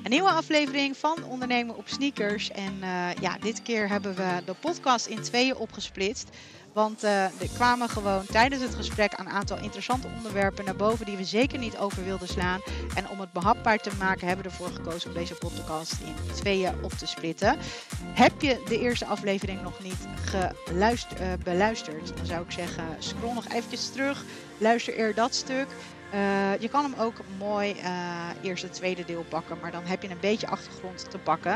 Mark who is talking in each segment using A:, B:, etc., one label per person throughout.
A: Een nieuwe aflevering van Ondernemen op Sneakers. En dit keer hebben we de podcast in tweeën opgesplitst. Want er kwamen gewoon tijdens het gesprek een aantal interessante onderwerpen naar boven die we zeker niet over wilden slaan. En om het behapbaar te maken hebben we ervoor gekozen om deze podcast in tweeën op te splitten. Heb je de eerste aflevering nog niet beluisterd, dan zou ik zeggen scroll nog eventjes terug. Luister eer dat stuk. Je kan hem ook mooi eerst het tweede deel pakken, maar dan heb je een beetje achtergrond te pakken.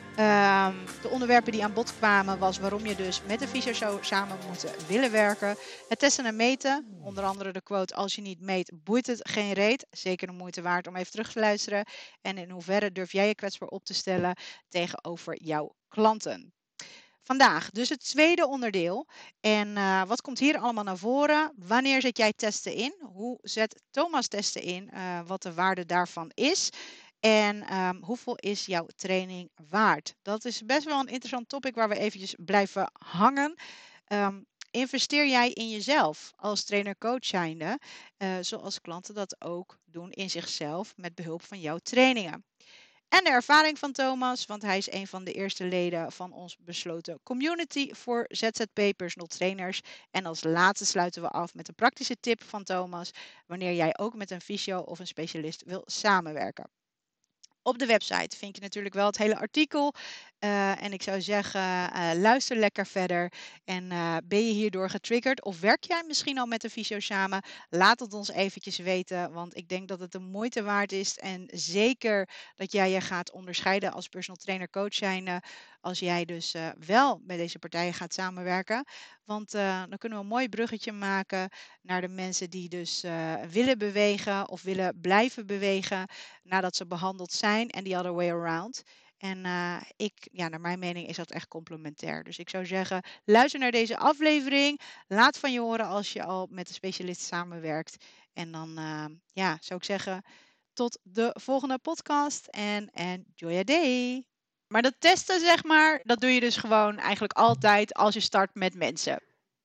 A: De onderwerpen die aan bod kwamen was waarom je dus met een fysio samen moet willen werken. Het testen en meten, onder andere de quote als je niet meet boeit het geen reet. Zeker de moeite waard om even terug te luisteren. En in hoeverre durf jij je kwetsbaar op te stellen tegenover jouw klanten. Vandaag dus het tweede onderdeel. En wat komt hier allemaal naar voren? Wanneer zet jij testen in? Hoe zet Thomas testen in? Wat de waarde daarvan is? En hoeveel is jouw training waard? Dat is best wel een interessant topic waar we eventjes blijven hangen. Investeer jij in jezelf als trainer-coach zijnde, zoals klanten dat ook doen in zichzelf met behulp van jouw trainingen? En de ervaring van Thomas, want hij is een van de eerste leden van ons besloten community voor ZZP Personal Trainers. En als laatste sluiten we af met een praktische tip van Thomas, wanneer jij ook met een fysio of een specialist wil samenwerken. Op de website vind je natuurlijk wel het hele artikel. En ik zou zeggen, luister lekker verder. En ben je hierdoor getriggerd? Of werk jij misschien al met een fysio samen? Laat het ons eventjes weten. Want ik denk dat het de moeite waard is. En zeker dat jij je gaat onderscheiden als personal trainer coach zijnde. Als jij dus wel met deze partijen gaat samenwerken. Want dan kunnen we een mooi bruggetje maken naar de mensen die dus willen bewegen of willen blijven bewegen nadat ze behandeld zijn en the other way around. En naar mijn mening is dat echt complementair. Dus ik zou zeggen, luister naar deze aflevering. Laat van je horen als je al met een specialist samenwerkt. En dan zou ik zeggen, tot de volgende podcast en enjoy your day. Maar dat testen, zeg maar, dat doe je dus gewoon eigenlijk altijd als je start met mensen.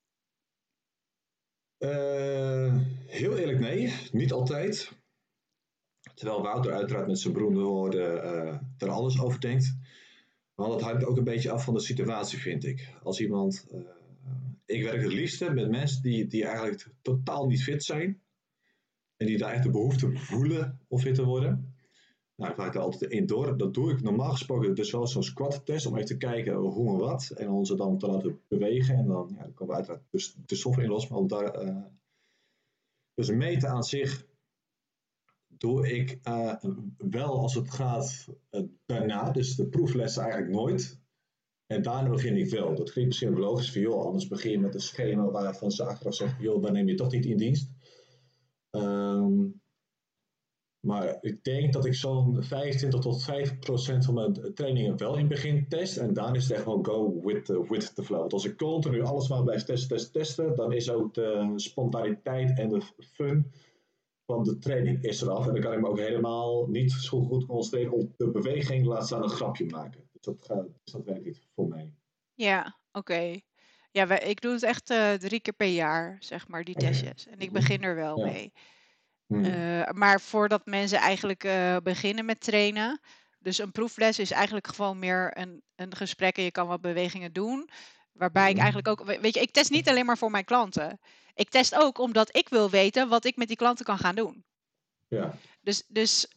B: Heel eerlijk nee, niet altijd. Terwijl Wouter uiteraard met zijn beroemde woorden er alles over denkt. Maar dat hangt ook een beetje af van de situatie, vind ik. Als iemand... ik werk het liefste met mensen die eigenlijk totaal niet fit zijn. En die daar echt de behoefte voelen om fit te worden. Nou, ik maak er altijd in door. Dat doe ik normaal gesproken dus wel zo'n squat test. Om even te kijken hoe en wat. En om ze dan te laten bewegen. En dan komen we uiteraard de stoffen in los. Maar om daar... dus meten aan zich doe ik wel als het gaat daarna, dus de proeflessen eigenlijk nooit. En daarna begin ik wel. Dat klinkt misschien logisch van, joh, anders begin je met een schema waarvan ze achteraf zeggen, joh, dan neem je toch niet in dienst. Maar ik denk dat ik zo'n 25 tot 50% van mijn trainingen wel in het begin test. En daarna is het echt gewoon go with the flow. Want als ik continu alles maar blijf testen, dan is ook de spontaniteit en de fun van de training is eraf. En dan kan ik me ook helemaal niet zo goed concentreren op de beweging, laat staan een grapje maken. Dus dat werkt niet voor mij.
A: Ja, oké. Ja, ik doe het echt 3 keer per jaar, zeg maar, die testjes. En ik begin er wel mee. Maar voordat mensen eigenlijk beginnen met trainen. Dus een proefles is eigenlijk gewoon meer een gesprek en je kan wat bewegingen doen. Waarbij ik eigenlijk ook, weet je, ik test niet alleen maar voor mijn klanten. Ik test ook omdat ik wil weten wat ik met die klanten kan gaan doen.
B: Ja.
A: Dus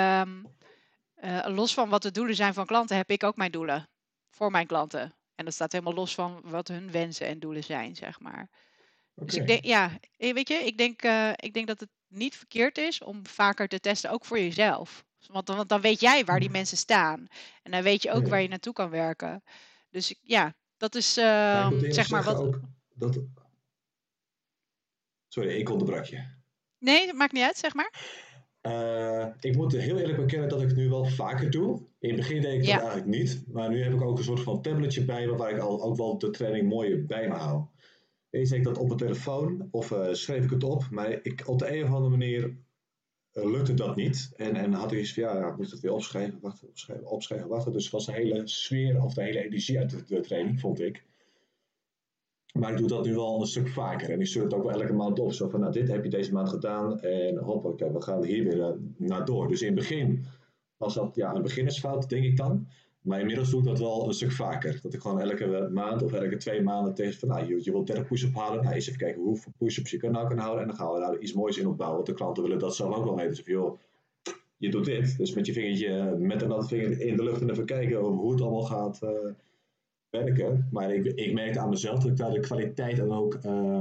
A: los van wat de doelen zijn van klanten, heb ik ook mijn doelen voor mijn klanten. En dat staat helemaal los van wat hun wensen en doelen zijn, zeg maar. Dus ik denk, ik denk dat het niet verkeerd is om vaker te testen, ook voor jezelf. Want dan weet jij waar die mensen staan. En dan weet je ook waar je naartoe kan werken. Dus dat is zeg maar wat...
B: Ook dat... Sorry, ik onderbrak je.
A: Nee, dat maakt niet uit, zeg maar.
B: Ik moet heel eerlijk bekennen dat ik het nu wel vaker doe. In het begin deed ik dat eigenlijk niet. Maar nu heb ik ook een soort van tabletje bij me waar ik ook wel de training mooi bij me hou. Eens deed ik dat op mijn telefoon of schreef ik het op. Maar op de een of andere manier lukte dat niet. En had ik iets van, ik moet het weer opschrijven, wachten. Dus het was de hele sfeer of de hele energie uit de training, vond ik. Maar ik doe dat nu wel een stuk vaker. En ik stuur het ook wel elke maand op. Zo van, nou, dit heb je deze maand gedaan. En hoppakee, we gaan hier weer naar door. Dus in het begin was dat een beginnersfout, denk ik dan. Maar inmiddels doe ik dat wel een stuk vaker. Dat ik gewoon elke maand of elke 2 maanden tegen van, je wilt 30 push-ups halen. Nou, eens even kijken hoeveel push-ups je kan houden. En dan gaan we daar iets moois in opbouwen. Want de klanten willen dat zelf ook wel weten. Dus van, joh, je doet dit. Dus met je vingertje, met een natte vinger in de lucht en even kijken hoe het allemaal gaat werken. Maar ik merkte aan mezelf dat ik daar de kwaliteit en ook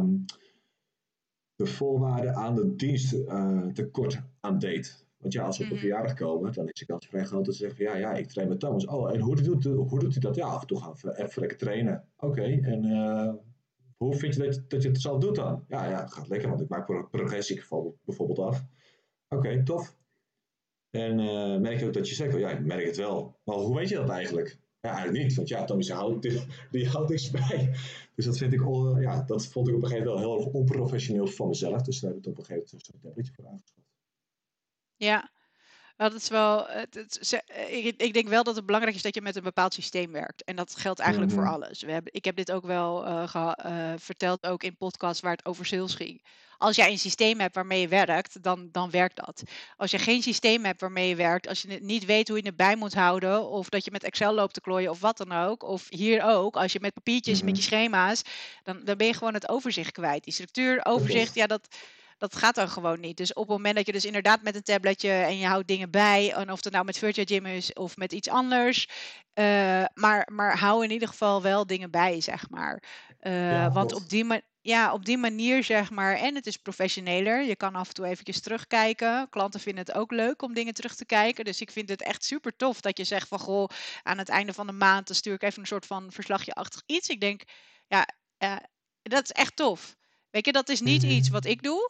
B: de voorwaarde aan de dienst tekort aan deed. Want als we op een verjaardag komen, dan is de kans vrij groot dat ze zeggen van ik train met Thomas. Oh, en hoe doet hij dat? Ja, af en toe gaan we even lekker trainen. Oké, en hoe vind je dat je het zelf doet dan? Ja, het gaat lekker, want ik maak progressie bijvoorbeeld af. Oké, tof. En merk je ook dat je zegt, ik merk het wel. Maar hoe weet je dat eigenlijk? Ja, eigenlijk niet, want Thomas die houdt niks bij. Dus dat vind ik, dat vond ik op een gegeven moment wel heel erg onprofessioneel van mezelf. Dus daar heb ik op een gegeven moment zo'n tabletje voor aangeschaft.
A: Ja, dat is wel. Ik denk wel dat het belangrijk is dat je met een bepaald systeem werkt. En dat geldt eigenlijk voor alles. Ik heb dit ook wel verteld, ook in podcasts waar het over sales ging. Als jij een systeem hebt waarmee je werkt, dan werkt dat. Als je geen systeem hebt waarmee je werkt, als je niet weet hoe je het bij moet houden, of dat je met Excel loopt te klooien of wat dan ook, of hier ook, als je met papiertjes, met je schema's, dan ben je gewoon het overzicht kwijt. Die structuur, overzicht, dat gaat dan gewoon niet. Dus op het moment dat je dus inderdaad met een tabletje en je houdt dingen bij, en of het nou met Virtual Gym is of met iets anders, maar hou in ieder geval wel dingen bij, zeg maar. Want op die manier, zeg maar, en het is professioneler. Je kan af en toe eventjes terugkijken. Klanten vinden het ook leuk om dingen terug te kijken. Dus ik vind het echt super tof dat je zegt van, goh, aan het einde van de maand dan stuur ik even een soort van verslagje-achtig iets. Ik denk, dat is echt tof. Weet je, dat is niet iets wat ik doe.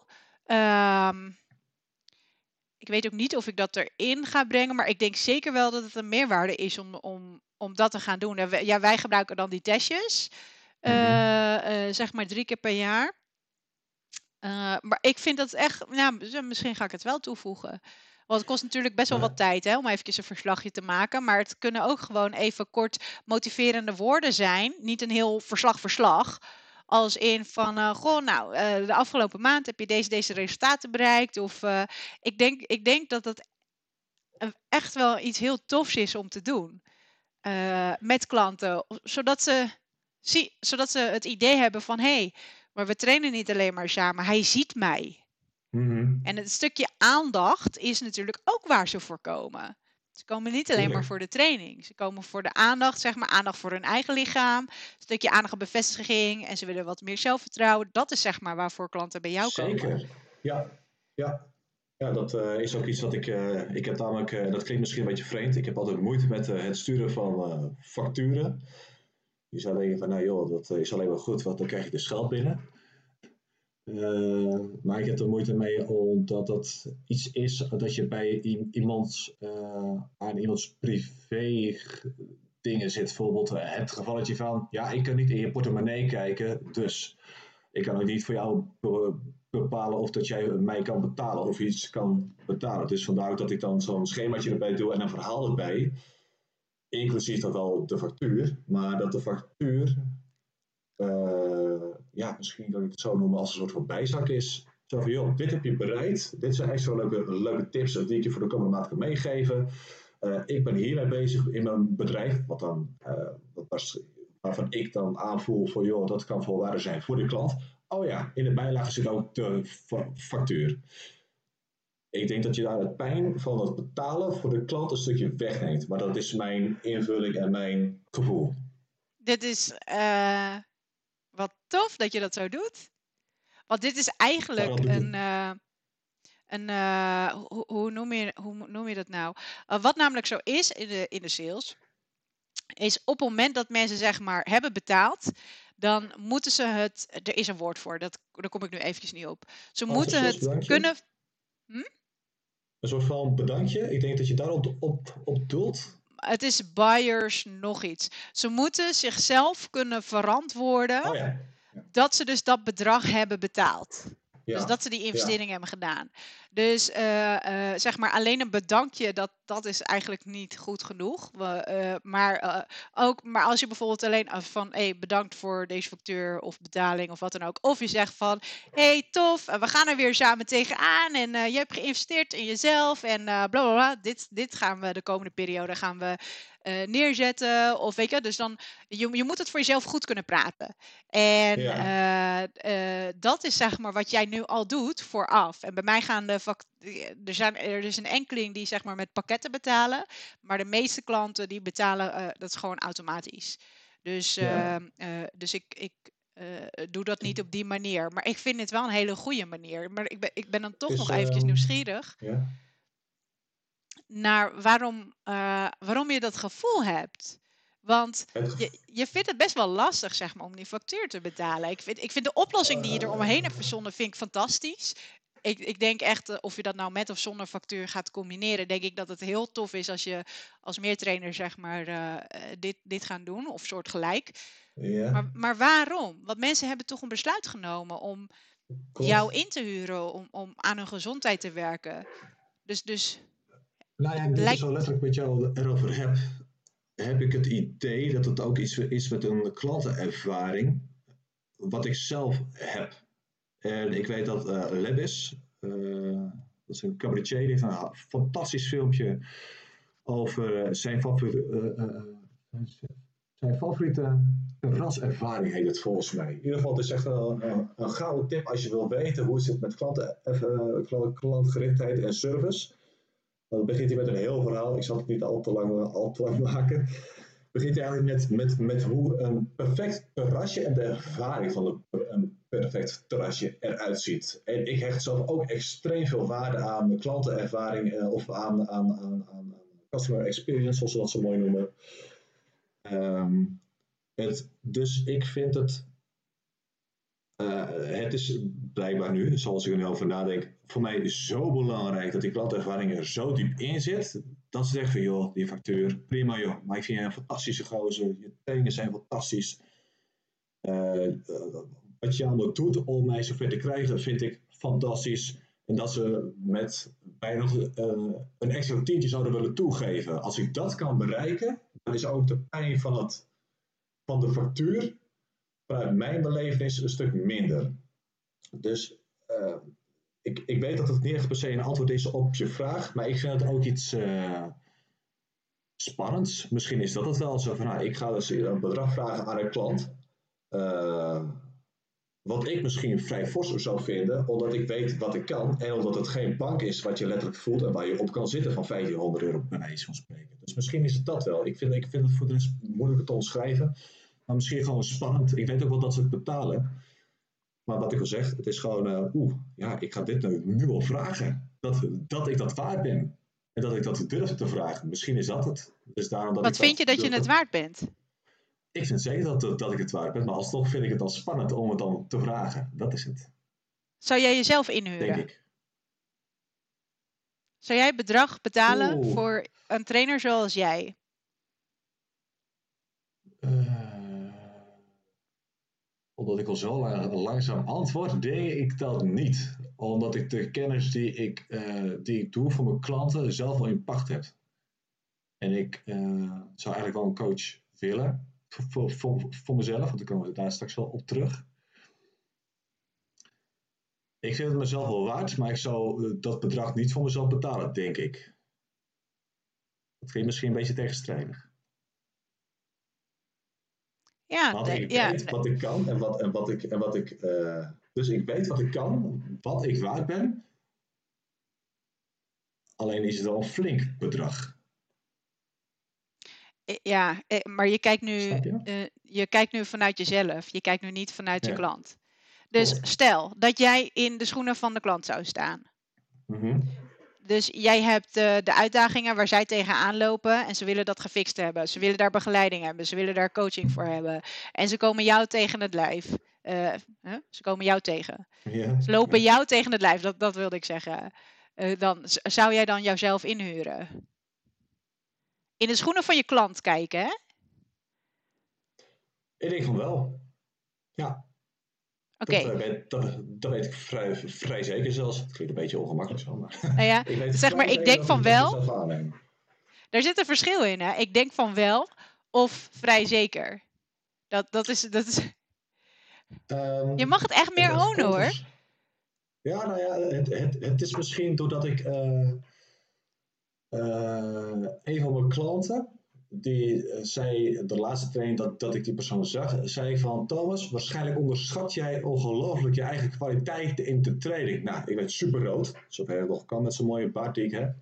A: Ik weet ook niet of ik dat erin ga brengen, maar ik denk zeker wel dat het een meerwaarde is om dat te gaan doen. Wij gebruiken dan die testjes, zeg maar 3 keer per jaar. Maar ik vind dat echt, misschien ga ik het wel toevoegen. Want het kost natuurlijk best wel wat tijd om eventjes een verslagje te maken. Maar het kunnen ook gewoon even kort motiverende woorden zijn. Niet een heel verslag. Als in van, de afgelopen maand heb je deze resultaten bereikt. Of ik denk dat het echt wel iets heel tofs is om te doen. Met klanten. Zodat ze het idee hebben van, hé, maar we trainen niet alleen maar samen. Hij ziet mij. En het stukje aandacht is natuurlijk ook waar ze voor komen. Ze komen niet alleen maar voor de training. Ze komen voor de aandacht, zeg maar, aandacht voor hun eigen lichaam. Een stukje aandacht en bevestiging. En ze willen wat meer zelfvertrouwen. Dat is zeg maar waarvoor klanten bij jou komen.
B: Zeker, ja. Ja, dat is ook iets wat ik heb namelijk, dat klinkt misschien een beetje vreemd. Ik heb altijd moeite met het sturen van facturen. Je zou denken van, dat is alleen maar goed, want dan krijg je de geld binnen. Maar ik heb er moeite mee omdat dat iets is dat je bij aan iemands privé dingen zit. Bijvoorbeeld het gevalletje van, ik kan niet in je portemonnee kijken, dus ik kan ook niet voor jou bepalen of dat jij mij kan betalen of iets kan betalen. Dus vandaar dat ik dan zo'n schemaatje erbij doe en een verhaal erbij. Inclusief dat wel de factuur, maar dat de factuur, misschien kan ik het zo noemen als een soort van bijzak is. Zo van, joh, dit heb je bereikt. Dit zijn extra leuke tips die ik je voor de komende maand kan meegeven. Ik ben hiermee bezig in mijn bedrijf, waarvan ik dan aanvoel voor, joh, dat kan volwaardig zijn voor de klant. Oh ja, in de bijlage zit ook de factuur. Ik denk dat je daar het pijn van het betalen voor de klant een stukje wegneemt. Maar dat is mijn invulling en mijn gevoel.
A: Dit is wat tof dat je dat zo doet. Want dit is eigenlijk hoe noem je dat nou? Wat namelijk zo is in de sales, is op het moment dat mensen zeg maar hebben betaald, dan moeten ze er is een woord voor, daar kom ik nu eventjes niet op. Ze moeten het kunnen...
B: Een soort van bedankje? Ik denk dat je daarop op doelt.
A: Het is buyers nog iets. Ze moeten zichzelf kunnen verantwoorden dat ze dus dat bedrag hebben betaald. Dus dat ze die investering hebben gedaan. Dus zeg maar alleen een bedankje, dat is eigenlijk niet goed genoeg. Maar als je bijvoorbeeld alleen van bedankt voor deze factuur of betaling of wat dan ook. Of je zegt van hey tof, we gaan er weer samen tegenaan en je hebt geïnvesteerd in jezelf en bla bla bla. Dit gaan we de komende periode neerzetten. Of weet je, dus dan je moet het voor jezelf goed kunnen praten. En dat is zeg maar wat jij nu al doet vooraf. En bij mij gaan er is een enkeling die zeg maar met pakketten betalen. Maar de meeste klanten die betalen, dat is gewoon automatisch. Dus ik doe dat niet op die manier. Maar ik vind het wel een hele goede manier. Maar ik ben dan toch nog eventjes nieuwsgierig naar waarom je dat gevoel hebt. Want je vindt het best wel lastig, zeg maar, om die factuur te betalen. Ik vind de oplossing die je er omheen hebt verzonnen, vind ik fantastisch. Ik denk echt, of je dat nou met of zonder factuur gaat combineren, denk ik dat het heel tof is als je als meertrainer, zeg maar, dit gaan doen, of soortgelijk. Maar waarom? Want mensen hebben toch een besluit genomen om jou in te huren, om aan hun gezondheid te werken. Dus
B: Nou ja, nu ik zo letterlijk met jou erover heb ik het idee dat het ook iets is met een klantenervaring, wat ik zelf heb. En ik weet dat Lebis, dat is een cabaretier, die heeft een fantastisch filmpje over zijn favoriete terraservaring, heet het volgens mij. In ieder geval, het is echt een gouden tip als je wil weten hoe het zit met klantgerichtheid en service. Dan begint hij met een heel verhaal. Ik zal het niet al te lang maken. Begint hij eigenlijk met hoe een perfect terrasje en de ervaring van een perfect terrasje eruit ziet. En ik hecht zelf ook extreem veel waarde aan de klantenervaring of aan customer experience, zoals ze dat zo mooi noemen. Dus ik vind het is blijkbaar nu, zoals ik er nu over nadenk, voor mij zo belangrijk dat die klantervaring er zo diep in zit, dat ze zeggen van joh, die factuur, prima joh, maar ik vind je een fantastische gozer, je trainingen zijn fantastisch. Wat je allemaal doet om mij zover te krijgen, vind ik fantastisch. En dat ze met mij nog een extra tientje zouden willen toegeven. Als ik dat kan bereiken, dan is ook de pijn van de factuur vanuit mijn belevenis een stuk minder. Dus ik weet dat het niet echt per se een antwoord is op je vraag, maar ik vind het ook iets spannends. Misschien is dat het wel zo van, ik ga dus een bedrag vragen aan een klant. Wat ik misschien vrij fors zou vinden, omdat ik weet wat ik kan en omdat het geen bank is wat je letterlijk voelt en waar je op kan zitten van €1500 bij wijze van spreken. Dus misschien is het dat wel. Ik vind het voor de rest moeilijk te omschrijven, maar misschien gewoon spannend. Ik weet ook wel dat ze het betalen. Maar wat ik al zeg, het is gewoon, ik ga dit nu al vragen. Dat ik dat waard ben. En dat ik dat durf te vragen. Misschien is dat het. Dus daarom
A: wat vind je dat je het waard bent?
B: Ik vind zeker dat ik het waard ben. Maar alsnog vind ik het dan spannend om het dan te vragen. Dat is het.
A: Zou jij jezelf inhuren?
B: Denk ik.
A: Zou jij bedrag betalen voor een trainer zoals jij?
B: Omdat ik al zo langzaam antwoord, denk ik dat niet. Omdat ik de kennis die ik doe voor mijn klanten zelf wel in pacht heb. En ik zou eigenlijk wel een coach willen. Voor mezelf, want dan komen we daar straks wel op terug. Ik vind het mezelf wel waard, maar ik zou dat bedrag niet voor mezelf betalen, denk ik. Dat vind je misschien een beetje tegenstrijdig.
A: Ja,
B: want ik weet wat ik kan en wat ik. Dus ik weet wat ik kan, wat ik waard ben. Alleen is het wel een flink bedrag.
A: Ja, maar je kijkt nu vanuit jezelf. Je kijkt nu niet vanuit je klant. Dus stel dat jij in de schoenen van de klant zou staan.
B: Mm-hmm.
A: Dus jij hebt de uitdagingen waar zij tegenaan lopen en ze willen dat gefixt hebben. Ze willen daar begeleiding hebben. Ze willen daar coaching voor hebben. En ze komen jou tegen het lijf. Ze komen jou tegen.
B: Yeah.
A: Ze lopen jou tegen het lijf, dat wilde ik zeggen. Dan zou jij dan jouzelf inhuren? In de schoenen van je klant kijken, hè?
B: Ik denk van wel. Ja.
A: Oké.
B: Dat weet ik vrij zeker zelfs. Het klinkt een beetje ongemakkelijk zo, maar
A: Nou ja,
B: ik weet
A: zeg maar,
B: vrij
A: ik
B: zeker
A: denk
B: dat
A: van
B: ik dat
A: wel.
B: zelf aanneem.
A: Daar zit een verschil in, hè? Ik denk van wel of vrij zeker. Dat is... Je mag het echt meer
B: Het
A: ownen, hoor.
B: Ja, nou ja, het is misschien doordat ik een van mijn klanten, die zei de laatste training dat ik die persoon zag, zei van Thomas, waarschijnlijk onderschat jij ongelooflijk je eigen kwaliteit in de training. Nou, ik werd super rood, zover het nog kan met zo'n mooie baard die ik heb.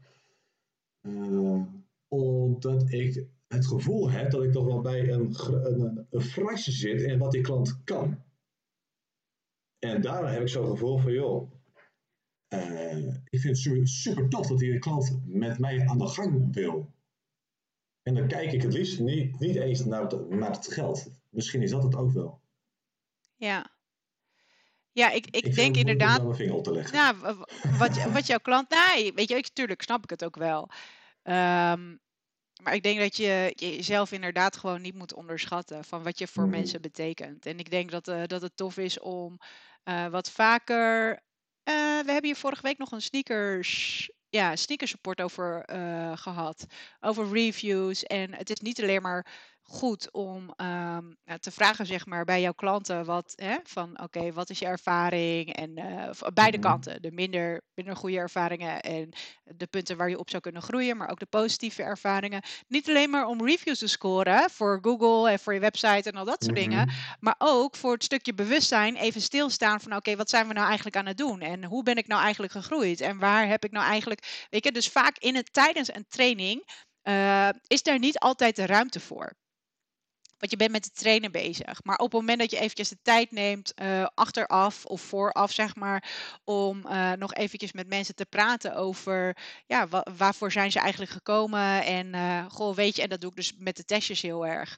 B: Omdat ik het gevoel heb dat ik toch wel bij een fractie zit in wat die klant kan. En daarom heb ik zo'n gevoel van, joh, ik vind het super, super tof dat die klant met mij aan de gang wil. En dan kijk ik het liefst niet eens naar het geld. Misschien is dat het ook wel.
A: Ja. Ja, ik
B: Ik vind
A: denk
B: het moeilijk om
A: inderdaad...
B: daar mijn vinger op te leggen.
A: Nou, wat jouw klant... Nee, weet je, natuurlijk snap ik het ook wel. Maar ik denk dat je jezelf inderdaad gewoon niet moet onderschatten van wat je voor mensen betekent. En ik denk dat het tof is om wat vaker... we hebben hier vorige week nog een sneaker support over gehad. Over reviews. En het is niet alleen maar goed om te vragen, zeg maar, bij jouw klanten van oké, wat is je ervaring? En beide kanten, de minder goede ervaringen en de punten waar je op zou kunnen groeien, maar ook de positieve ervaringen. Niet alleen maar om reviews te scoren voor Google en voor je website en al dat soort dingen, maar ook voor het stukje bewustzijn even stilstaan van oké, wat zijn we nou eigenlijk aan het doen? En hoe ben ik nou eigenlijk gegroeid? En waar heb ik nou eigenlijk... Weet je, dus vaak tijdens een training is daar niet altijd de ruimte voor. Want je bent met het trainen bezig. Maar op het moment dat je eventjes de tijd neemt, achteraf of vooraf, zeg maar, om nog eventjes met mensen te praten over, ja, waarvoor zijn ze eigenlijk gekomen? En goh, weet je, en dat doe ik dus met de testjes heel erg.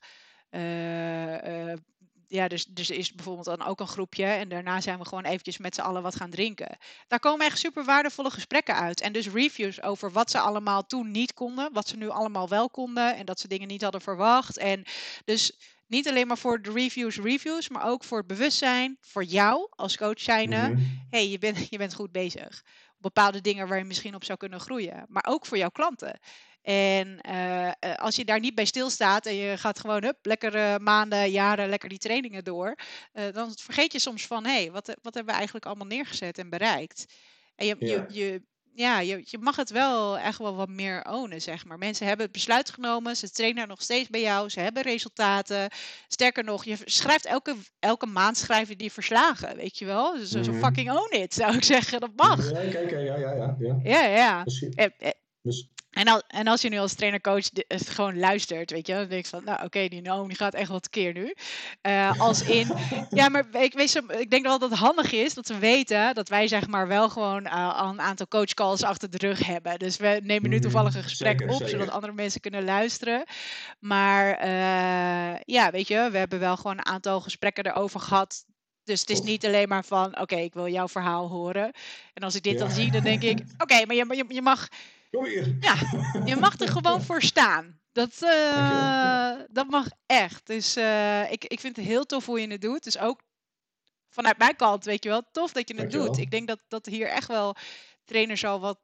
A: Ja, dus er is bijvoorbeeld dan ook een groepje en daarna zijn we gewoon eventjes met z'n allen wat gaan drinken. Daar komen echt super waardevolle gesprekken uit. En dus reviews over wat ze allemaal toen niet konden, wat ze nu allemaal wel konden en dat ze dingen niet hadden verwacht. En dus niet alleen maar voor de reviews, maar ook voor het bewustzijn, voor jou als coach zijnde. Hey, je bent goed bezig. Op bepaalde dingen waar je misschien op zou kunnen groeien. Maar ook voor jouw klanten. En als je daar niet bij stilstaat en je gaat gewoon lekker maanden, jaren, lekker die trainingen door. Dan vergeet je soms van, hé, wat hebben we eigenlijk allemaal neergezet en bereikt? En je mag het wel echt wel wat meer ownen, zeg maar. Mensen hebben het besluit genomen, ze trainen nog steeds bij jou, ze hebben resultaten. Sterker nog, je schrijft elke maand schrijf je die verslagen, weet je wel? Dus zo fucking own it, zou ik zeggen. Dat mag.
B: Ja, kijk, ja.
A: Ja.
B: Misschien.
A: En als je nu als trainer-coach het gewoon luistert, weet je, dan denk je van, nou oké, die Naomi gaat echt wat keer nu. Als in, ja, maar ik denk wel dat het handig is dat ze weten dat wij zeg maar wel gewoon al een aantal coachcalls achter de rug hebben. Dus we nemen nu toevallig een gesprek op, zodat andere mensen kunnen luisteren. Maar ja, weet je, we hebben wel gewoon een aantal gesprekken erover gehad. Dus het is niet alleen maar van, oké, ik wil jouw verhaal horen. En als ik dit dan zie, dan denk ik, oké, maar je mag...
B: Kom hier.
A: Ja, je mag er gewoon voor staan. Dat mag echt. Dus ik vind het heel tof hoe je het doet. Dus ook vanuit mijn kant, weet je wel, tof dat je het doet. Ik denk dat hier echt wel trainers al wat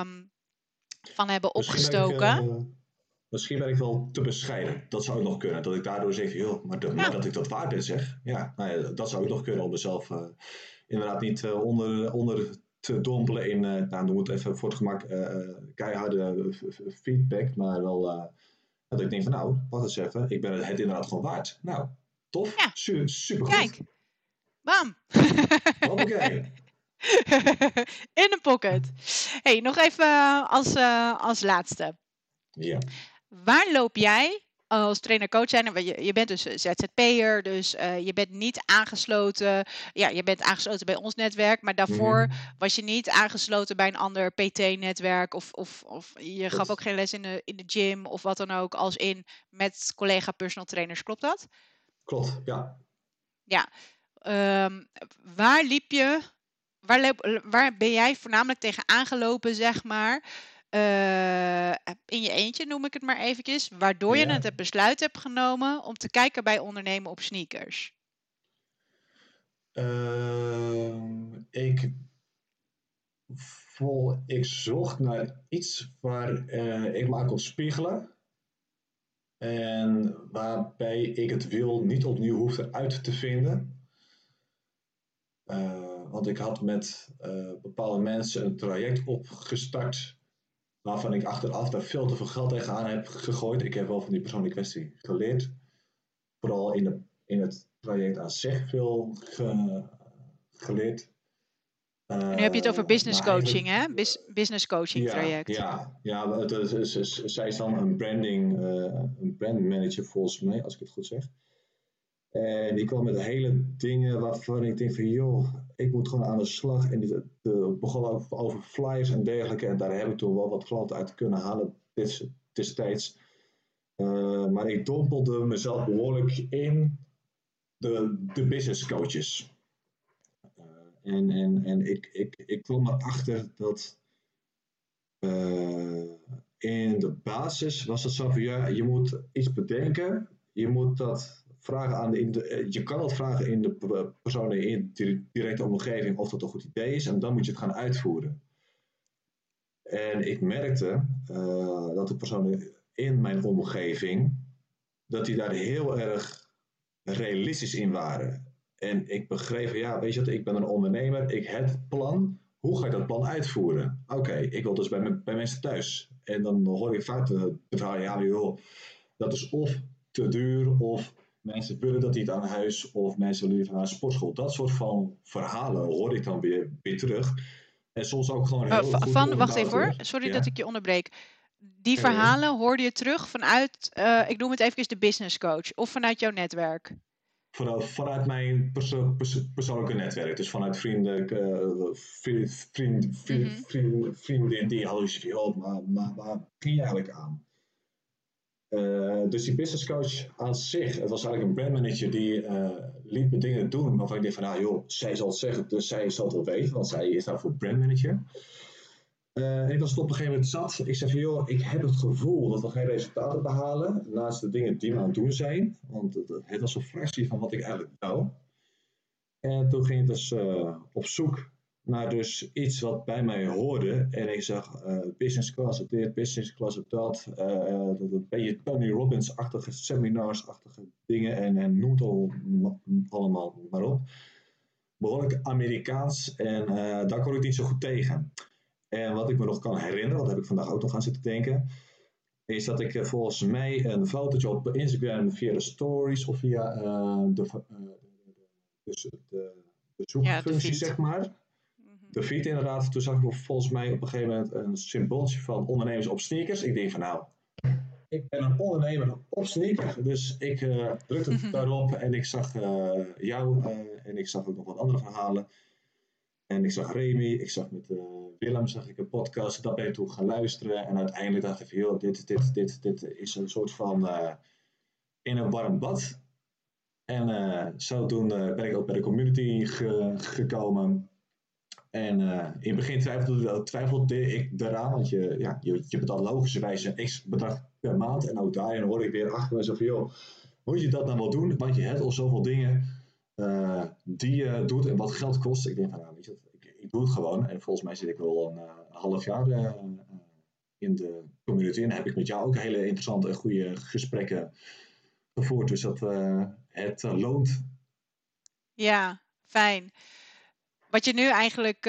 A: van hebben opgestoken.
B: Misschien ben ik wel te bescheiden. Dat zou ook nog kunnen. Dat ik daardoor zeg, joh, maar dat ik dat waard ben, zeg. Ja, nou ja, dat zou ook nog kunnen om mezelf inderdaad niet onder te dompelen in, nou noem het even voor het gemak, keiharde feedback. Maar wel dat ik denk van, nou, wacht eens even. Ik ben het inderdaad gewoon waard. Nou, tof.
A: Ja.
B: Super goed.
A: Kijk. Bam.
B: Hoppakee.
A: In de pocket. Hey, nog even als laatste.
B: Ja.
A: Waar loop jij als trainer-coach zijn? Je bent dus ZZP'er, dus je bent niet aangesloten. Ja, je bent aangesloten bij ons netwerk, maar daarvoor was je niet aangesloten bij een ander PT-netwerk. Of je gaf ook geen les in de gym of wat dan ook, als in met collega personal trainers. Klopt dat?
B: Klopt, ja.
A: Ja. Waar liep je? Waar ben jij voornamelijk tegen aangelopen, zeg maar? In je eentje, noem ik het maar eventjes. Waardoor je het besluit hebt genomen om te kijken bij ondernemen op sneakers.
B: Ik zocht naar iets waar ik me aan kon spiegelen. En waarbij ik het wiel niet opnieuw hoefde uit te vinden. Want ik had met bepaalde mensen een traject opgestart. Waarvan ik achteraf daar veel te veel geld tegenaan heb gegooid. Ik heb wel van die persoon in kwestie geleerd. Vooral in het traject aan zich veel geleerd.
A: En nu heb je het over business
B: Maar
A: coaching,
B: eigenlijk,
A: hè? Business coaching traject.
B: ja, zij is dan een brand manager volgens mij, als ik het goed zeg. En die kwam met hele dingen waarvan ik denk van, joh, ik moet gewoon aan de slag. En het begon over flyers en dergelijke. En daar heb ik toen wel wat klanten uit kunnen halen destijds. Maar ik dompelde mezelf behoorlijk in de business coaches. En ik kwam erachter dat in de basis was het zo van, ja, je moet iets bedenken. Je moet dat vragen aan je kan het vragen in de personen in de directe omgeving of dat een goed idee is. En dan moet je het gaan uitvoeren. En ik merkte dat de personen in mijn omgeving, dat die daar heel erg realistisch in waren. En ik begreep, ja, weet je wat, ik ben een ondernemer, ik heb het plan. Hoe ga ik dat plan uitvoeren? Oké, ik wil dus bij mensen thuis. En dan hoor ik vaak de verhaal, ja, joh, dat is of te duur, of mensen willen dat niet aan huis, of mensen willen liever naar een sportschool. Dat soort van verhalen hoor ik dan weer terug. En soms ook gewoon heel goed
A: Wacht even
B: onderbouwd
A: hoor,
B: hoor.
A: sorry dat
B: Ja,
A: ik je onderbreek. Die
B: geen probleem.
A: verhalen hoorde je terug vanuit, ik noem het even de business coach, of vanuit jouw netwerk?
B: Vanuit mijn persoonlijke netwerk. Dus vanuit vrienden, vrienden die hadden zoiets van, maar waar ging je eigenlijk aan? Dus die business coach aan zich, het was eigenlijk een brandmanager die liet me dingen doen waarvan ik dacht van, nou joh, zij zal het zeggen, dus zij zal het wel weten, want zij is daarvoor brandmanager. En ik was het op een gegeven moment zat. Ik zei van, joh, ik heb het gevoel dat we geen resultaten behalen naast de dingen die we aan het doen zijn. Want het was een fractie van wat ik eigenlijk wou. En toen ging ik dus op zoek naar dus iets wat bij mij hoorde. En ik zag business class dit, business class dat. Dat ben je Tony Robbins-achtige seminars-achtige dingen. En noem het allemaal maar op. Behoorlijk Amerikaans. En daar kon ik niet zo goed tegen. En wat ik me nog kan herinneren, dat heb ik vandaag ook nog aan zitten denken, is dat ik volgens mij een fotootje op Instagram via de stories of via de
A: Ja, de
B: zoekfunctie,
A: feed.
B: zeg maar. De feed inderdaad. Toen zag ik volgens mij op een gegeven moment een symbooltje van ondernemers op sneakers. Ik denk van nou, ik ben een ondernemer op sneaker. Dus ik drukte daarop en ik zag jou en ik zag ook nog wat andere verhalen. En ik zag Remy, ik zag met Willem zag ik een podcast, dat ben ik toen gaan luisteren. En uiteindelijk dacht ik van, joh, dit is een soort van in een warm bad. En zodoende ben ik ook bij de community gekomen. En in het begin twijfelde ik eraan, want je betaalt logischerwijs een x-bedrag per maand. En ook daarin hoor ik weer achter mezelf van, joh, moet je dat nou wel doen? Want je hebt al zoveel dingen die je doet en wat geld kost. Ik denk van, nou, weet je, ik doe het gewoon. En volgens mij zit ik wel een half jaar in de community. En heb ik met jou ook hele interessante en goede gesprekken gevoerd. Dus dat het loont.
A: Ja, fijn. Wat je nu eigenlijk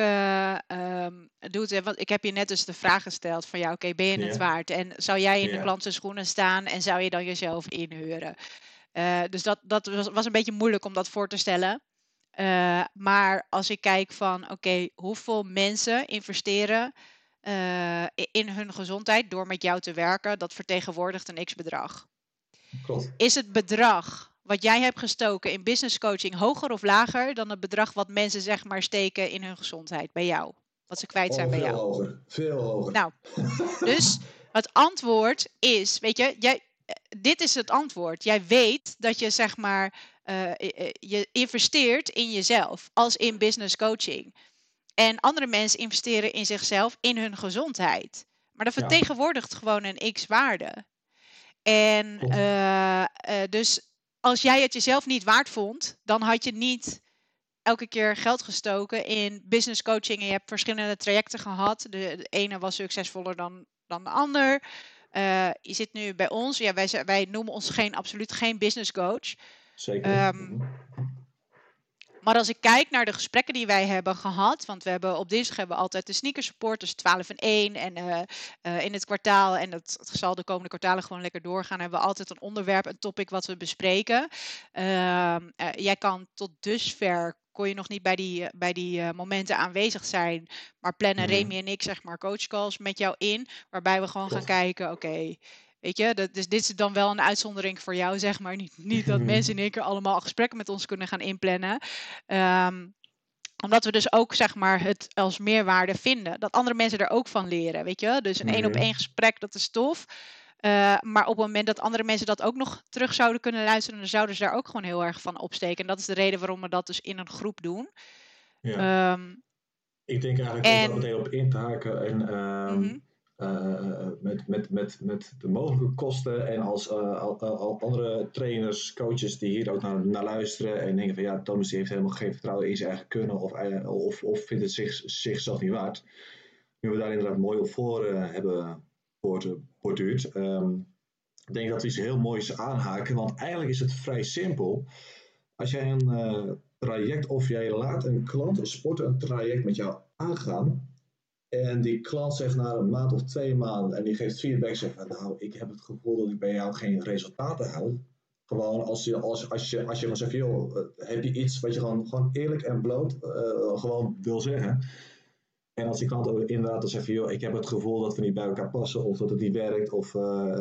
A: doet, hè, want ik heb je net dus de vraag gesteld van ja, oké, ben je het
B: Ja,
A: waard? En zou jij in de
B: ja,
A: klant zijn schoenen staan en zou je dan jezelf inhuren? Dus dat was een beetje moeilijk om dat voor te stellen. Maar als ik kijk van oké, hoeveel mensen investeren in hun gezondheid door met jou te werken, dat vertegenwoordigt een x-bedrag.
B: klopt.
A: Is het bedrag wat jij hebt gestoken in business coaching hoger of lager dan het bedrag wat mensen zeg maar steken in hun gezondheid bij jou? Wat ze kwijt zijn
B: Oh,
A: bij
B: veel
A: jou.
B: hoger. Veel hoger.
A: Nou, dus het antwoord is, weet je, dit is het antwoord. Jij weet dat je zeg maar, je investeert in jezelf als in business coaching. En andere mensen investeren in zichzelf, in hun gezondheid. Maar dat
B: Ja,
A: vertegenwoordigt gewoon een x-waarde. En
B: klopt.
A: dus als jij het jezelf niet waard vond, dan had je niet elke keer geld gestoken in business coaching en je hebt verschillende trajecten gehad. De ene was succesvoller dan de ander. Je zit nu bij ons. Ja, wij noemen ons absoluut geen business coach.
B: Zeker.
A: Maar als ik kijk naar de gesprekken die wij hebben gehad, want we hebben op dinsdag altijd de sneaker support, dus 12 en 1 en in het kwartaal, en dat zal de komende kwartalen gewoon lekker doorgaan, hebben we altijd een onderwerp, een topic wat we bespreken. Jij kan tot dusver, kon je nog niet bij die momenten aanwezig zijn, maar plannen Remy en ik zeg maar coachcalls met jou in, waarbij we gewoon gaan kijken, oké, weet je, dus dit is dan wel een uitzondering voor jou, zeg maar. Niet dat mensen in één keer allemaal gesprekken met ons kunnen gaan inplannen. Omdat we dus ook, zeg maar, het als meerwaarde vinden. Dat andere mensen er ook van leren, weet je. Dus een 1-op-1 gesprek, dat is tof. Maar op het moment dat andere mensen dat ook nog terug zouden kunnen luisteren, dan zouden ze daar ook gewoon heel erg van opsteken. En dat is de reden waarom we dat dus in een groep doen.
B: Ja. Ik denk eigenlijk ook daar meteen op in te haken en met de mogelijke kosten en als andere trainers, coaches die hier ook naar luisteren en denken van ja, Thomas heeft helemaal geen vertrouwen in zijn eigen kunnen of vindt het zichzelf niet waard. Nu we daar inderdaad mooi op voor hebben borduurd. Ik denk dat we iets heel moois aanhaken, want eigenlijk is het vrij simpel. Als jij een traject of jij laat een klant, een sporter, een traject met jou aangaan en die klant zegt na een maand of 2 maanden en die geeft feedback, zegt van nou, ik heb het gevoel dat ik bij jou geen resultaten haal. Gewoon als je maar zegt, joh, heb je iets wat je gewoon eerlijk en bloot gewoon wil zeggen. En als die klant ook inderdaad dan zegt van, joh, ik heb het gevoel dat we niet bij elkaar passen of dat het niet werkt of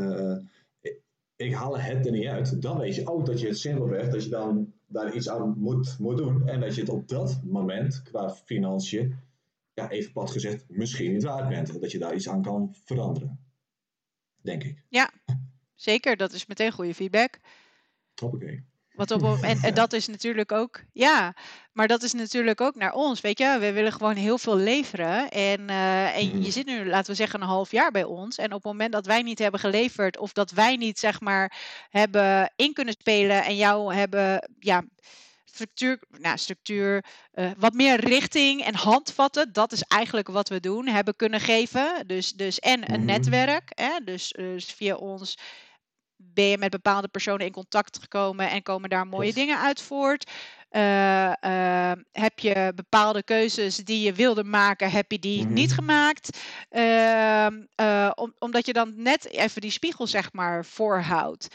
B: ik haal het er niet uit, dan weet je ook dat je het simpelweg, dat je dan daar iets aan moet doen en dat je het op dat moment qua financiën, ja, even plat gezegd, misschien niet waard bent. Dat je daar iets aan kan veranderen. Denk ik.
A: Ja, zeker. Dat is meteen goede feedback.
B: Hoppakee.
A: En dat is natuurlijk ook, ja, maar dat is natuurlijk ook naar ons, weet je. We willen gewoon heel veel leveren. En je zit nu, laten we zeggen, een half jaar bij ons. En op het moment dat wij niet hebben geleverd of dat wij niet, zeg maar, hebben in kunnen spelen en jou hebben, ja, structuur, wat meer richting en handvatten, dat is eigenlijk wat we doen, hebben kunnen geven. Dus en een netwerk, dus via ons ben je met bepaalde personen in contact gekomen en komen daar mooie dingen uit voort. Heb je bepaalde keuzes die je wilde maken, heb je die niet gemaakt. Omdat je dan net even die spiegel, zeg maar, voorhoudt.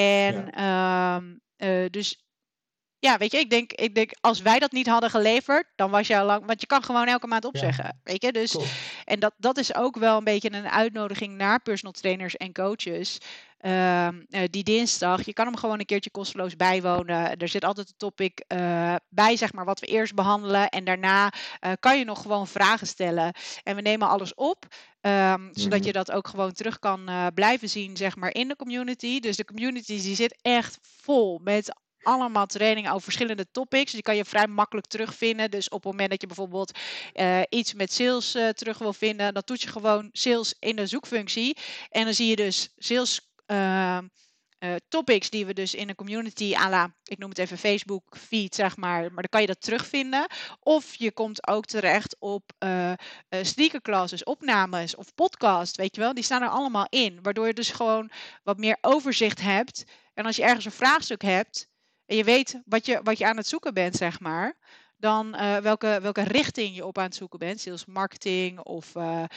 A: En dus ja, weet je, ik denk als wij dat niet hadden geleverd, dan was je al lang, want je kan gewoon elke maand opzeggen, weet je. Dus, en dat is ook wel een beetje een uitnodiging naar personal trainers en coaches. Die dinsdag, je kan hem gewoon een keertje kosteloos bijwonen. Er zit altijd een topic bij, zeg maar, wat we eerst behandelen. En daarna kan je nog gewoon vragen stellen. En we nemen alles op. Zodat je dat ook gewoon terug kan blijven zien, zeg maar, in de community. Dus de community die zit echt vol met allemaal trainingen over verschillende topics. Die kan je vrij makkelijk terugvinden. Dus op het moment dat je bijvoorbeeld iets met sales terug wil vinden, dan toets je gewoon sales in de zoekfunctie. En dan zie je dus sales topics die we dus in de community à la, ik noem het even Facebook feed, zeg maar dan kan je dat terugvinden. Of je komt ook terecht op sneaker classes, opnames of podcast, weet je wel. Die staan er allemaal in, waardoor je dus gewoon wat meer overzicht hebt. En als je ergens een vraagstuk hebt en je weet wat je aan het zoeken bent, zeg maar, dan welke richting je op aan het zoeken bent, sales marketing of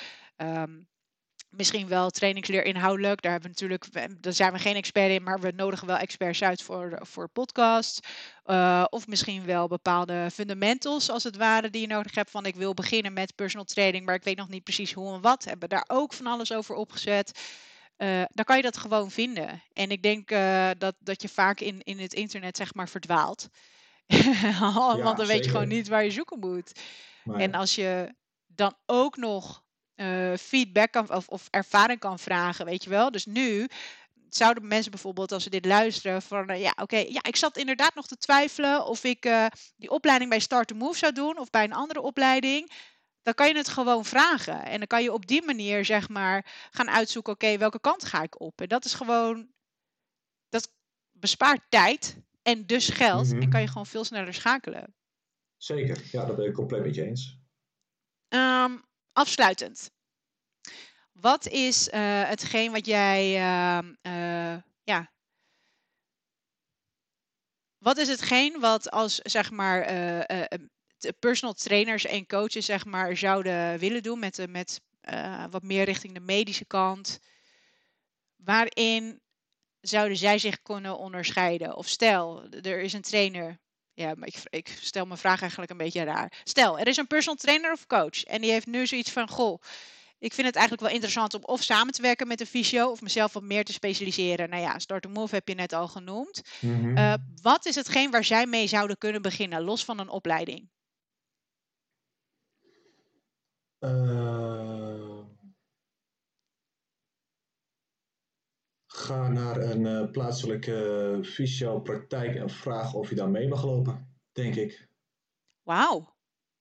A: misschien wel trainingsleer inhoudelijk. Daar zijn we geen expert in, maar we nodigen wel experts uit voor podcasts. Of misschien wel bepaalde fundamentals, als het ware, die je nodig hebt. Van ik wil beginnen met personal training, maar ik weet nog niet precies hoe en wat. Hebben daar ook van alles over opgezet. Dan kan je dat gewoon vinden. En ik denk dat je vaak in het internet, zeg maar, verdwaalt. Want dan weet je gewoon niet waar je zoeken moet. Maar en als je dan ook nog feedback kan, of ervaring kan vragen, weet je wel. Dus nu zouden mensen bijvoorbeeld, als ze dit luisteren, van ik zat inderdaad nog te twijfelen of ik die opleiding bij Start to Move zou doen of bij een andere opleiding. Dan kan je het gewoon vragen. En dan kan je op die manier, zeg maar, gaan uitzoeken, welke kant ga ik op? En dat is gewoon, dat bespaart tijd en dus geld. En kan je gewoon veel sneller schakelen.
B: Zeker, ja, dat ben ik compleet met je eens.
A: Afsluitend. Wat is hetgeen wat jij... wat is hetgeen wat als, zeg maar... de personal trainers en coaches, zeg maar, zouden willen doen met wat meer richting de medische kant? Waarin zouden zij zich kunnen onderscheiden? Of stel, er is een trainer. Ja, maar ik stel mijn vraag eigenlijk een beetje raar. Stel, er is een personal trainer of coach. En die heeft nu zoiets van, goh, ik vind het eigenlijk wel interessant om of samen te werken met een fysio. Of mezelf wat meer te specialiseren. Nou ja, Start to Move heb je net al genoemd. Wat is hetgeen waar zij mee zouden kunnen beginnen, los van een opleiding?
B: Ga naar een plaatselijke fysio-praktijk en vraag of je daar mee mag lopen, denk ik.
A: Wauw.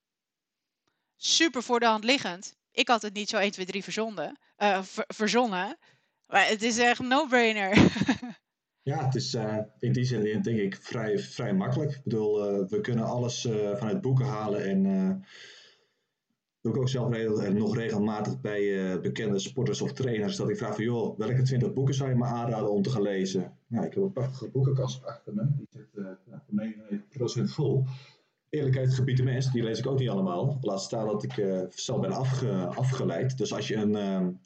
A: Super voor de hand liggend. Ik had het niet zo 1, 2, 3 verzonnen. Maar het is echt een no-brainer.
B: Ja, het is in die zin denk ik vrij makkelijk. Ik bedoel, we kunnen alles vanuit boeken halen en doe ik ook zelf nog regelmatig bij bekende sporters of trainers dat ik vraag van joh, welke 20 boeken zou je me aanraden om te gaan lezen? Nou, ik heb een prachtige boekenkast achter me. Die zit voor 99% vol. Eerlijkheid gebied de mens, die lees ik ook niet allemaal. Laat staan dat ik zelf ben afgeleid. Dus als je een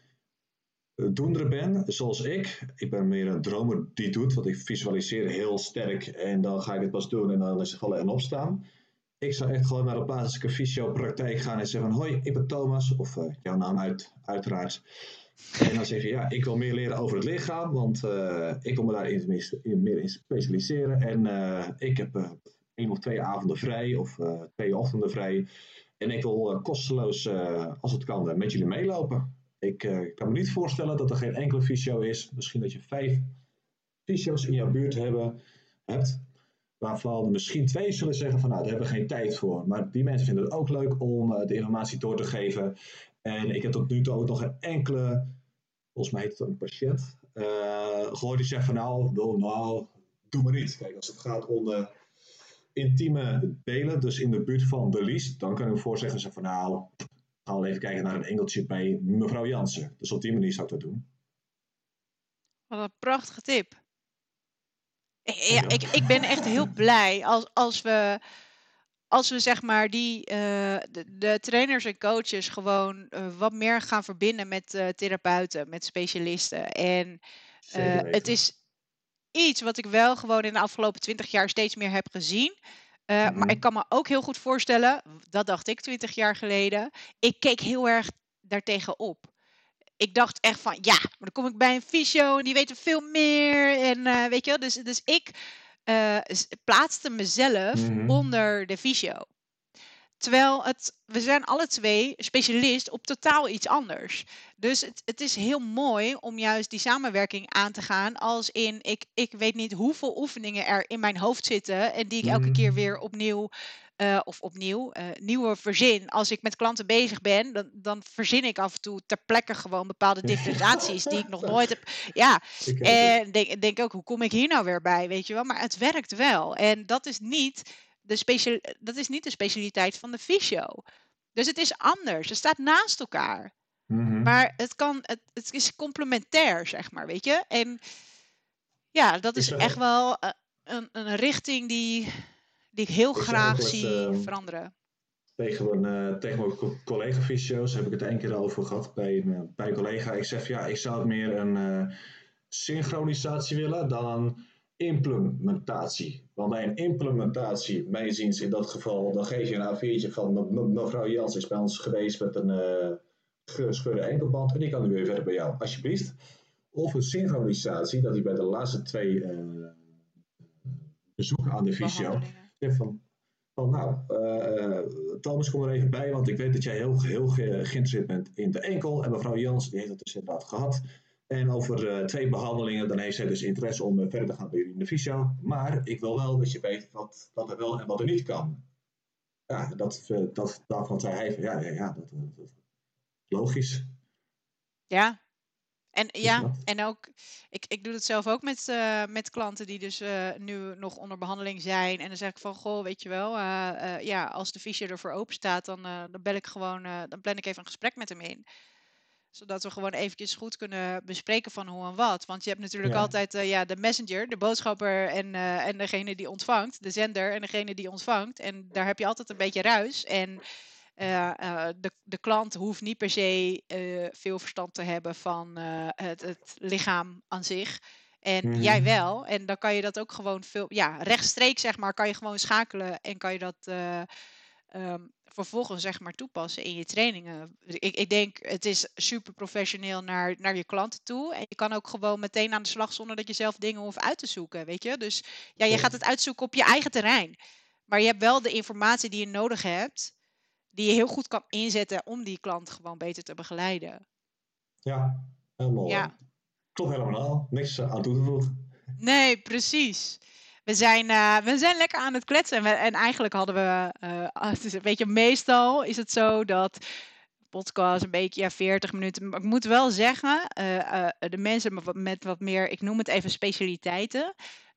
B: doender ben, zoals ik ben meer een dromer die doet, want ik visualiseer heel sterk en dan ga ik het pas doen en dan is het vallen en opstaan. Ik zou echt gewoon naar de plaatselijke fysio-praktijk gaan en zeggen van hoi, ik ben Thomas, of jouw naam uiteraard. En dan zeg je ja, ik wil meer leren over het lichaam, want ik wil me daarin meer in specialiseren. En ik heb 1 of 2 avonden vrij of 2 ochtenden vrij. En ik wil kosteloos, als het kan, met jullie meelopen. Ik kan me niet voorstellen dat er geen enkele fysio is. Misschien dat je 5 fysio's in jouw buurt hebt. Waarvan er misschien 2 zullen zeggen van nou, daar hebben we geen tijd voor. Maar die mensen vinden het ook leuk om de informatie door te geven. En ik heb tot nu toe ook nog geen enkele, volgens mij heet het een patiënt, gehoord die zegt van nou, doe maar niet. Kijk, als het gaat om intieme delen, dus in de buurt van de lies, dan kan ik me voorzeggen van nou, gaan we even kijken naar een engeltje bij mevrouw Jansen. Dus op die manier zou ik dat doen.
A: Wat een prachtige tip. Ja, ik ben echt heel blij als we zeg maar de trainers en coaches gewoon wat meer gaan verbinden met therapeuten, met specialisten. En het is iets wat ik wel gewoon in de afgelopen 20 jaar steeds meer heb gezien. Maar ik kan me ook heel goed voorstellen, dat dacht ik 20 jaar geleden, ik keek heel erg daartegen op. Ik dacht echt van, ja, maar dan kom ik bij een fysio en die weten veel meer. En weet je wel, dus ik plaatste mezelf onder de fysio. Terwijl we zijn alle 2 specialist op totaal iets anders. Dus het is heel mooi om juist die samenwerking aan te gaan. Als in, ik weet niet hoeveel oefeningen er in mijn hoofd zitten. En die ik elke keer weer opnieuw nieuwe verzin. Als ik met klanten bezig ben, dan verzin ik af en toe ter plekke gewoon bepaalde differentiaties die ik nog nooit heb. Ja, en denk ook, hoe kom ik hier nou weer bij, weet je wel? Maar het werkt wel. En dat is niet de specialiteit van de fysio. Dus het is anders. Het staat naast elkaar. Maar het is complementair, zeg maar, weet je? En ja, dat is echt wel een richting die ik heel graag zie veranderen.
B: Tegen mijn collega-fysio's heb ik het 1 keer over gehad bij een collega. Ik zeg ja, ik zou het meer een synchronisatie willen dan een implementatie. Want bij een implementatie, mijn ziens in dat geval, dan geef je een A4'tje van mevrouw Jans is bij ons geweest met een gescheurde enkelband en die kan nu weer verder bij jou, alsjeblieft. Of een synchronisatie, dat hij bij de laatste 2 bezoeken aan de fysio zegt van nou, Thomas, kom er even bij, want ik weet dat jij heel geïnteresseerd bent in de enkel. En mevrouw Jans, die heeft het dus inderdaad gehad. En over 2 behandelingen, dan heeft zij dus interesse om verder te gaan bij jullie in de fysio. Maar ik wil wel dat je weet wat er wel en wat er niet kan. Ja, daarvan zei hij van ja, dat logisch.
A: Ja, En ook, ik doe het zelf ook met klanten die dus nu nog onder behandeling zijn. En dan zeg ik van, goh, weet je wel, als de fysio ervoor open staat, dan bel ik gewoon, dan plan ik even een gesprek met hem in. Zodat we gewoon eventjes goed kunnen bespreken van hoe en wat. Want je hebt natuurlijk altijd de messenger, de boodschapper en degene die ontvangt. De zender en degene die ontvangt. En daar heb je altijd een beetje ruis. En de klant hoeft niet per se veel verstand te hebben van het lichaam aan zich. En jij wel. En dan kan je dat ook gewoon rechtstreeks zeg maar, kan je gewoon schakelen. En kan je dat vervolgens zeg maar toepassen in je trainingen. Ik denk, het is super professioneel naar je klanten toe. En je kan ook gewoon meteen aan de slag zonder dat je zelf dingen hoeft uit te zoeken, weet je. Dus je gaat het uitzoeken op je eigen terrein. Maar je hebt wel de informatie die je nodig hebt, die je heel goed kan inzetten om die klant gewoon beter te begeleiden.
B: Ja, helemaal.
A: Ja.
B: Klopt helemaal. Niks aan toe te voegen.
A: Nee, precies. We zijn lekker aan het kletsen. En eigenlijk hadden we, het is een beetje, meestal is het zo dat podcast een beetje 40 minuten. Maar ik moet wel zeggen, de mensen met wat meer, ik noem het even specialiteiten.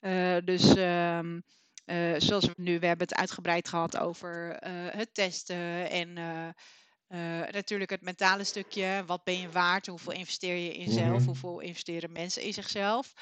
A: Zoals we hebben het uitgebreid gehad over het testen en natuurlijk het mentale stukje. Wat ben je waard? Hoeveel investeer je in jezelf? Hoeveel investeren mensen in zichzelf?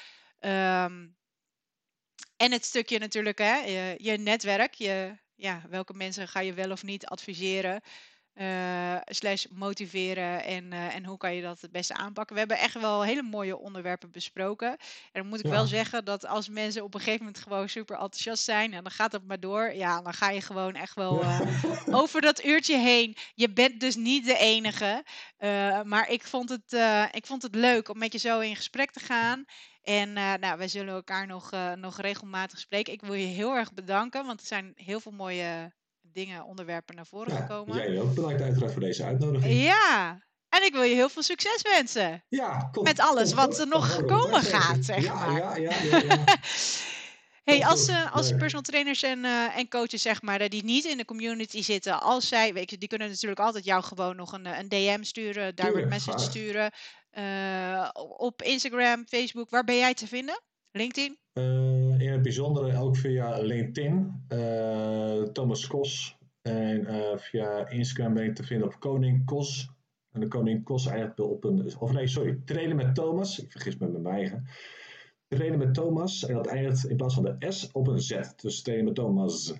A: En het stukje natuurlijk, je netwerk. Welke mensen ga je wel of niet adviseren? / motiveren en hoe kan je dat het beste aanpakken. We hebben echt wel hele mooie onderwerpen besproken. En dan moet ik wel zeggen dat als mensen op een gegeven moment gewoon super enthousiast zijn en dan gaat het maar door. Ja, dan ga je gewoon echt wel over dat uurtje heen. Je bent dus niet de enige. Maar ik vond het leuk om met je zo in gesprek te gaan. En wij zullen elkaar nog regelmatig spreken. Ik wil je heel erg bedanken, want er zijn heel veel mooie onderwerpen naar voren gekomen.
B: Jij ook bedankt uiteraard voor deze uitnodiging.
A: Ja, en ik wil je heel veel succes wensen.
B: Ja, kom.
A: Met alles wat er nog komen gaat, zeg maar.
B: Ja.
A: Hey, als personal trainers en coaches, zeg maar, die niet in de community zitten, als zij, weet je, die kunnen natuurlijk altijd jou gewoon nog een DM sturen, direct message sturen. Op Instagram, Facebook, waar ben jij te vinden? LinkedIn?
B: In het bijzondere ook via LinkedIn, Thomas Kos. En via Instagram ben ik te vinden op Koning Kos. En de Koning Kos eigenlijk op Trainen met Thomas. Ik vergis me met mijn eigen. Trainen met Thomas. En dat eindigt in plaats van de S op een Z. Dus Trainen met Thomas.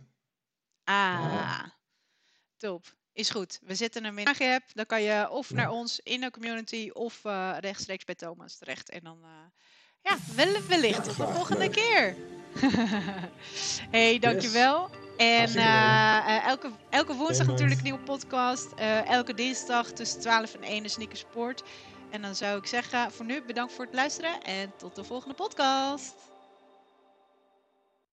A: Top. Is goed. We zitten hem in. Als je hebt, dan kan je of naar ons in de community of rechtstreeks bij Thomas terecht. En dan, wellicht tot de volgende keer. Hey, dankjewel. En elke woensdag natuurlijk een nieuwe podcast. Elke dinsdag tussen 12 en 1 de Sneaker Sport. En dan zou ik zeggen, voor nu bedankt voor het luisteren en tot de volgende podcast.